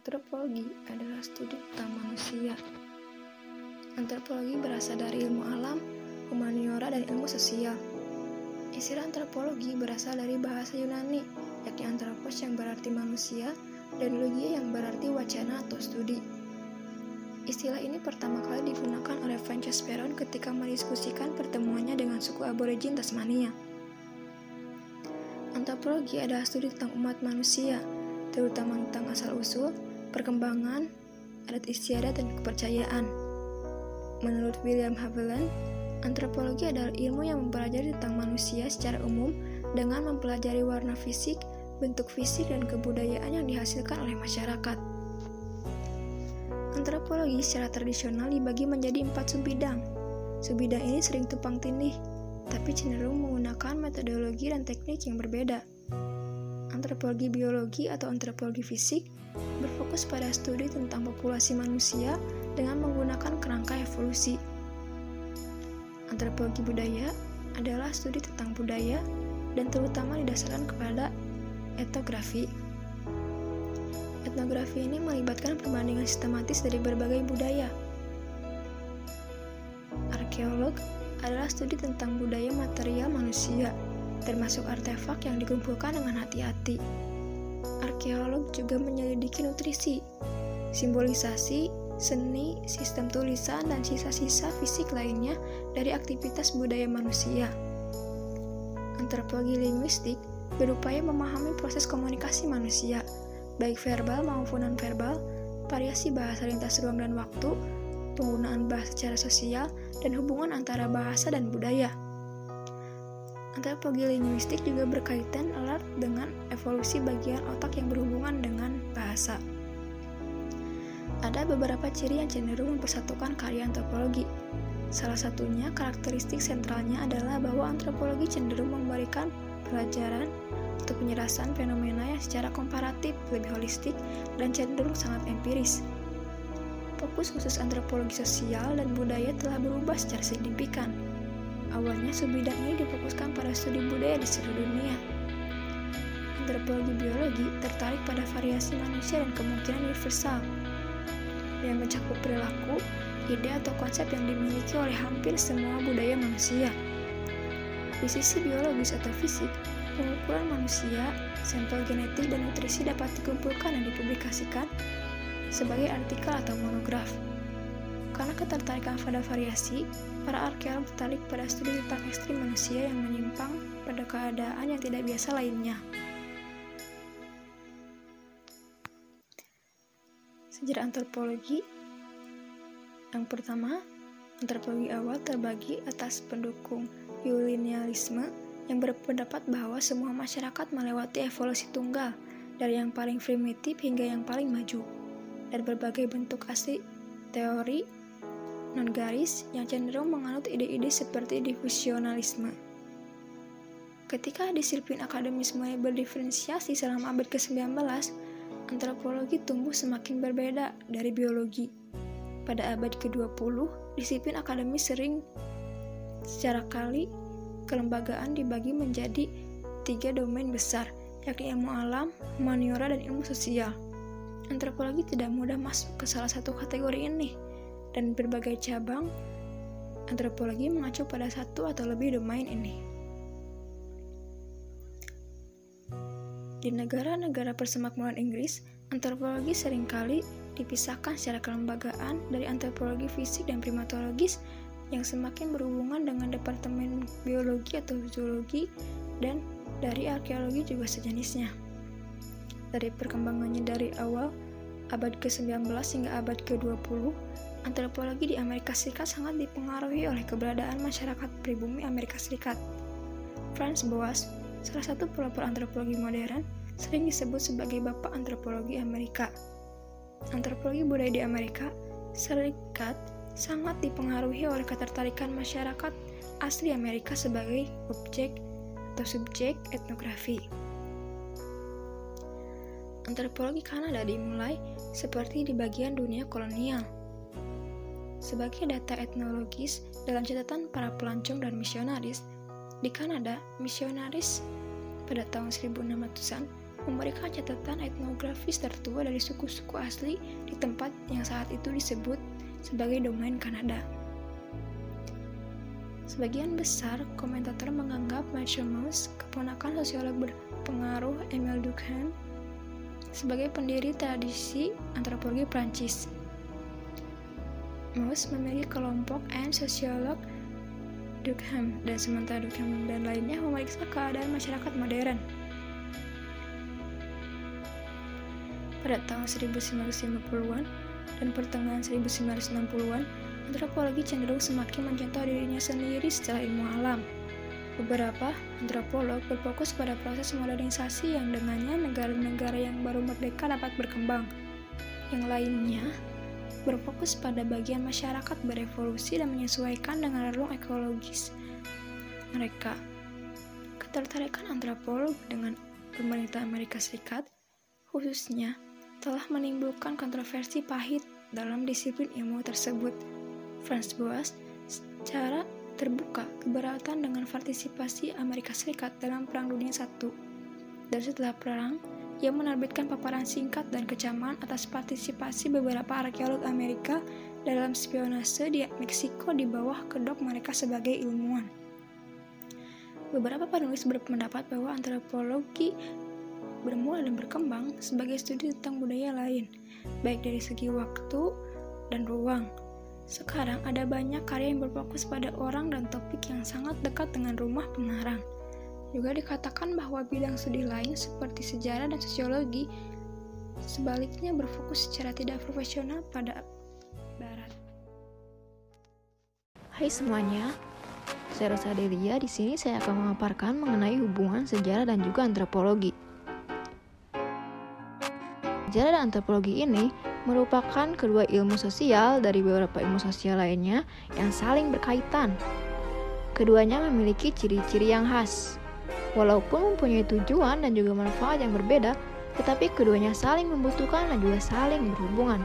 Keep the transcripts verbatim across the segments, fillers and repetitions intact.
Antropologi adalah studi tentang manusia. Antropologi berasal dari ilmu alam, humaniora, dan ilmu sosial. Istilah antropologi berasal dari bahasa Yunani, yakni anthropos yang berarti manusia, dan logia yang berarti wacana atau studi. Istilah ini pertama kali digunakan oleh Frances Perron ketika mendiskusikan pertemuannya dengan suku aborigin Tasmania. Antropologi adalah studi tentang umat manusia, terutama tentang asal-usul, perkembangan, adat istiadat, dan kepercayaan. Menurut William Haviland, antropologi adalah ilmu yang mempelajari tentang manusia secara umum dengan mempelajari warna fisik, bentuk fisik, dan kebudayaan yang dihasilkan oleh masyarakat. Antropologi secara tradisional dibagi menjadi empat subbidang. Subbidang ini sering tumpang tindih, tapi cenderung menggunakan metodologi dan teknik yang berbeda. Antropologi biologi atau antropologi fisik berfokus pada studi tentang populasi manusia dengan menggunakan kerangka evolusi. Antropologi budaya adalah studi tentang budaya dan terutama didasarkan kepada etnografi. Etnografi ini melibatkan perbandingan sistematis dari berbagai budaya. Arkeolog adalah studi tentang budaya material manusia, termasuk artefak yang dikumpulkan dengan hati-hati. Arkeolog juga menyelidiki nutrisi, simbolisasi, seni, sistem tulisan, dan sisa-sisa fisik lainnya dari aktivitas budaya manusia. Antropologi linguistik berupaya memahami proses komunikasi manusia, baik verbal maupun non-verbal, variasi bahasa lintas ruang dan waktu, penggunaan bahasa secara sosial, dan hubungan antara bahasa dan budaya. Antropologi linguistik juga berkaitan erat dengan evolusi bagian otak yang berhubungan dengan bahasa. Ada beberapa ciri yang cenderung mempersatukan karya antropologi. Salah satunya, karakteristik sentralnya adalah bahwa antropologi cenderung memberikan pelajaran atau penjelasan fenomena yang secara komparatif, lebih holistik, dan cenderung sangat empiris. Fokus khusus antropologi sosial dan budaya telah berubah secara signifikan. Awalnya, subbidang ini difokuskan pada studi budaya di seluruh dunia. Antropologi biologi tertarik pada variasi manusia dan kemungkinan universal, yang mencakup perilaku, ide atau konsep yang dimiliki oleh hampir semua budaya manusia. Di sisi biologis atau fisik, pengukuran manusia, sampel genetik, dan nutrisi dapat dikumpulkan dan dipublikasikan sebagai artikel atau monograf. Karena ketertarikan pada variasi, para arkeolog tertarik pada studi tentang ekstrim manusia yang menyimpang pada keadaan yang tidak biasa lainnya. Sejarah antropologi. Yang pertama, antropologi awal terbagi atas pendukung Yulianianisme yang berpendapat bahwa semua masyarakat melewati evolusi tunggal dari yang paling primitif hingga yang paling maju, dan berbagai bentuk asli teori non-garis yang cenderung menganut ide-ide seperti diffusionalisme. Ketika disiplin akademis mulai berdiferensiasi selama abad ke sembilan belas, antropologi tumbuh semakin berbeda dari biologi. Pada abad ke dua puluh, disiplin akademis sering secara kali kelembagaan dibagi menjadi tiga domain besar, yakni ilmu alam, humaniora, dan ilmu sosial. Antropologi tidak mudah masuk ke salah satu kategori ini, dan berbagai cabang antropologi mengacu pada satu atau lebih domain ini. Di negara-negara persemakmuran Inggris, antropologi seringkali dipisahkan secara kelembagaan dari antropologi fisik dan primatologis yang semakin berhubungan dengan departemen biologi atau zoologi, dan dari arkeologi juga sejenisnya. Dari perkembangannya dari awal abad ke sembilan belas hingga abad ke dua puluh, antropologi di Amerika Serikat sangat dipengaruhi oleh keberadaan masyarakat pribumi Amerika Serikat. Franz Boas, salah satu pelopor antropologi modern, sering disebut sebagai bapak antropologi Amerika. Antropologi budaya di Amerika Serikat sangat dipengaruhi oleh ketertarikan masyarakat asli Amerika sebagai objek atau subjek etnografi. Antropologi Kanada dimulai seperti di bagian dunia kolonial. Sebagai data etnologis dalam catatan para pelancong dan misionaris, di Kanada, misionaris pada tahun seribu enam ratusan memberikan catatan etnografis tertua dari suku-suku asli di tempat yang saat itu disebut sebagai domain Kanada. Sebagian besar komentator menganggap Matthew Mauss, keponakan sosiolog berpengaruh Emile Durkheim, sebagai pendiri tradisi antropologi Prancis. Mauss memiliki kelompok and sosiolog Durkheim, dan sementara Durkheim dan lainnya memeriksa keadaan masyarakat modern. Pada tahun seribu sembilan ratus lima puluhan dan pertengahan seribu sembilan ratus enam puluhan, antropologi cenderung semakin mencontoh dirinya sendiri secara ilmu alam. Beberapa antropolog berfokus pada proses modernisasi yang dengannya negara-negara yang baru merdeka dapat berkembang. Yang lainnya berfokus pada bagian masyarakat berevolusi dan menyesuaikan dengan relung ekologis mereka. Ketertarikan antropolog dengan pemerintah Amerika Serikat, khususnya, telah menimbulkan kontroversi pahit dalam disiplin ilmu tersebut. Franz Boas secara terbuka keberatan dengan partisipasi Amerika Serikat dalam Perang Dunia Satu. Dan setelah perang, ia menerbitkan paparan singkat dan kecaman atas partisipasi beberapa arkeolog Amerika dalam spionase di Meksiko di bawah kedok mereka sebagai ilmuwan. Beberapa penulis berpendapat bahwa antropologi bermula dan berkembang sebagai studi tentang budaya lain, baik dari segi waktu dan ruang. Sekarang ada banyak karya yang berfokus pada orang dan topik yang sangat dekat dengan rumah pengarang. Juga dikatakan bahwa bidang studi lain seperti sejarah dan sosiologi sebaliknya berfokus secara tidak profesional pada barat. Hai semuanya, saya Rosa Delia. Di sini saya akan memaparkan mengenai hubungan sejarah dan juga antropologi. Sejarah dan antropologi ini merupakan kedua ilmu sosial dari beberapa ilmu sosial lainnya yang saling berkaitan. Keduanya memiliki ciri-ciri yang khas. Walaupun mempunyai tujuan dan juga manfaat yang berbeda, tetapi keduanya saling membutuhkan dan juga saling berhubungan.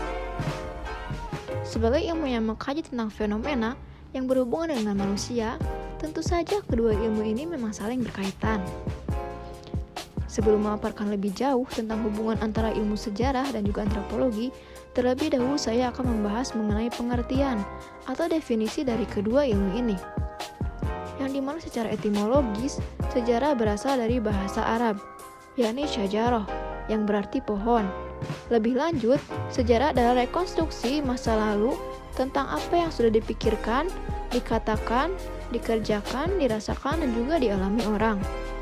Sebagai ilmu yang mengkaji tentang fenomena yang berhubungan dengan manusia, tentu saja kedua ilmu ini memang saling berkaitan. Sebelum memaparkan lebih jauh tentang hubungan antara ilmu sejarah dan juga antropologi, terlebih dahulu saya akan membahas mengenai pengertian atau definisi dari kedua ilmu ini. Yang dimana secara etimologis, sejarah berasal dari bahasa Arab, yakni syajarah, yang berarti pohon. Lebih lanjut, sejarah adalah rekonstruksi masa lalu tentang apa yang sudah dipikirkan, dikatakan, dikerjakan, dirasakan, dan juga dialami orang.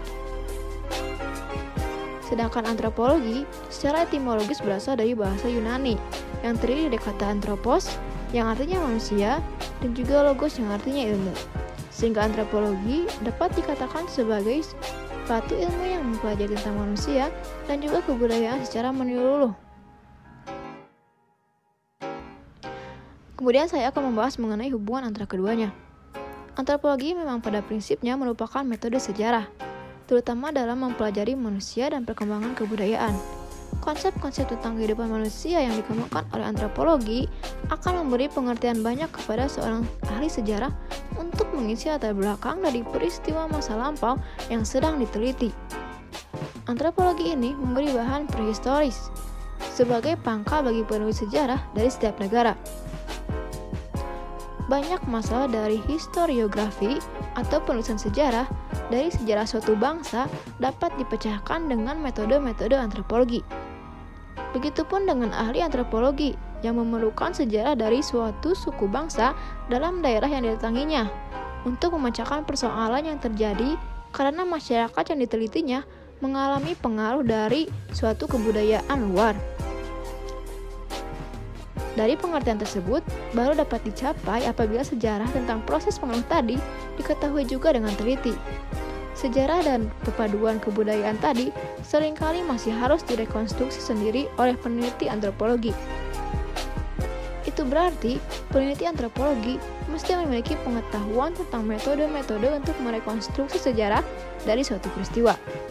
Sedangkan antropologi secara etimologis berasal dari bahasa Yunani yang terdiri dari kata anthropos yang artinya manusia dan juga logos yang artinya ilmu. Sehingga antropologi dapat dikatakan sebagai suatu ilmu yang mempelajari tentang manusia dan juga kebudayaan secara menyeluruh. Kemudian saya akan membahas mengenai hubungan antara keduanya. Antropologi memang pada prinsipnya merupakan metode sejarah, terutama dalam mempelajari manusia dan perkembangan kebudayaan. Konsep-konsep tentang kehidupan manusia yang dikembangkan oleh antropologi akan memberi pengertian banyak kepada seorang ahli sejarah untuk mengisi latar belakang dari peristiwa masa lampau yang sedang diteliti. Antropologi ini memberi bahan prehistoris sebagai pangkal bagi penulis sejarah dari setiap negara. Banyak masalah dari historiografi atau penulisan sejarah dari sejarah suatu bangsa dapat dipecahkan dengan metode-metode antropologi. Begitupun dengan ahli antropologi yang memerlukan sejarah dari suatu suku bangsa dalam daerah yang didatanginya untuk memecahkan persoalan yang terjadi karena masyarakat yang ditelitinya mengalami pengaruh dari suatu kebudayaan luar. Dari pengertian tersebut, baru dapat dicapai apabila sejarah tentang proses pengaruh tadi diketahui juga dengan teliti. Sejarah dan perpaduan kebudayaan tadi seringkali masih harus direkonstruksi sendiri oleh peneliti antropologi. Itu berarti, peneliti antropologi mesti memiliki pengetahuan tentang metode-metode untuk merekonstruksi sejarah dari suatu peristiwa.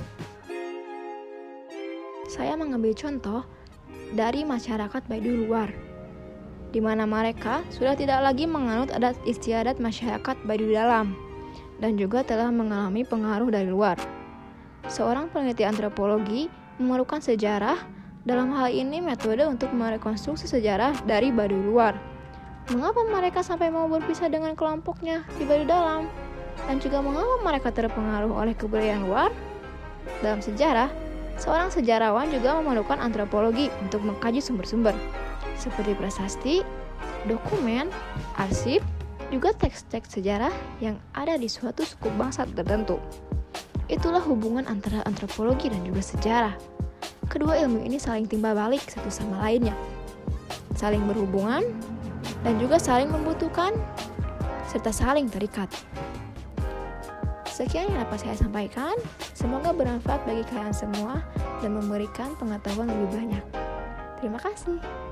Saya mengambil contoh dari masyarakat Baduy luar, di mana mereka sudah tidak lagi menganut adat istiadat masyarakat Baduy dalam, dan juga telah mengalami pengaruh dari luar. seorang peneliti antropologi memerlukan sejarah, dalam hal ini metode untuk merekonstruksi sejarah dari Baduy luar. Mengapa mereka sampai mau berpisah dengan kelompoknya di Baduy dalam? Dan juga mengapa mereka terpengaruh oleh kebudayaan luar? Dalam sejarah, seorang sejarawan juga memerlukan antropologi untuk mengkaji sumber-sumber, seperti prasasti, dokumen, arsip, juga teks-teks sejarah yang ada di suatu suku bangsa tertentu. Itulah hubungan antara antropologi dan juga sejarah. Kedua ilmu ini saling timbal balik satu sama lainnya, saling berhubungan, dan juga saling membutuhkan, serta saling terikat. Sekian yang dapat saya sampaikan, semoga bermanfaat bagi kalian semua dan memberikan pengetahuan lebih banyak. Terima kasih.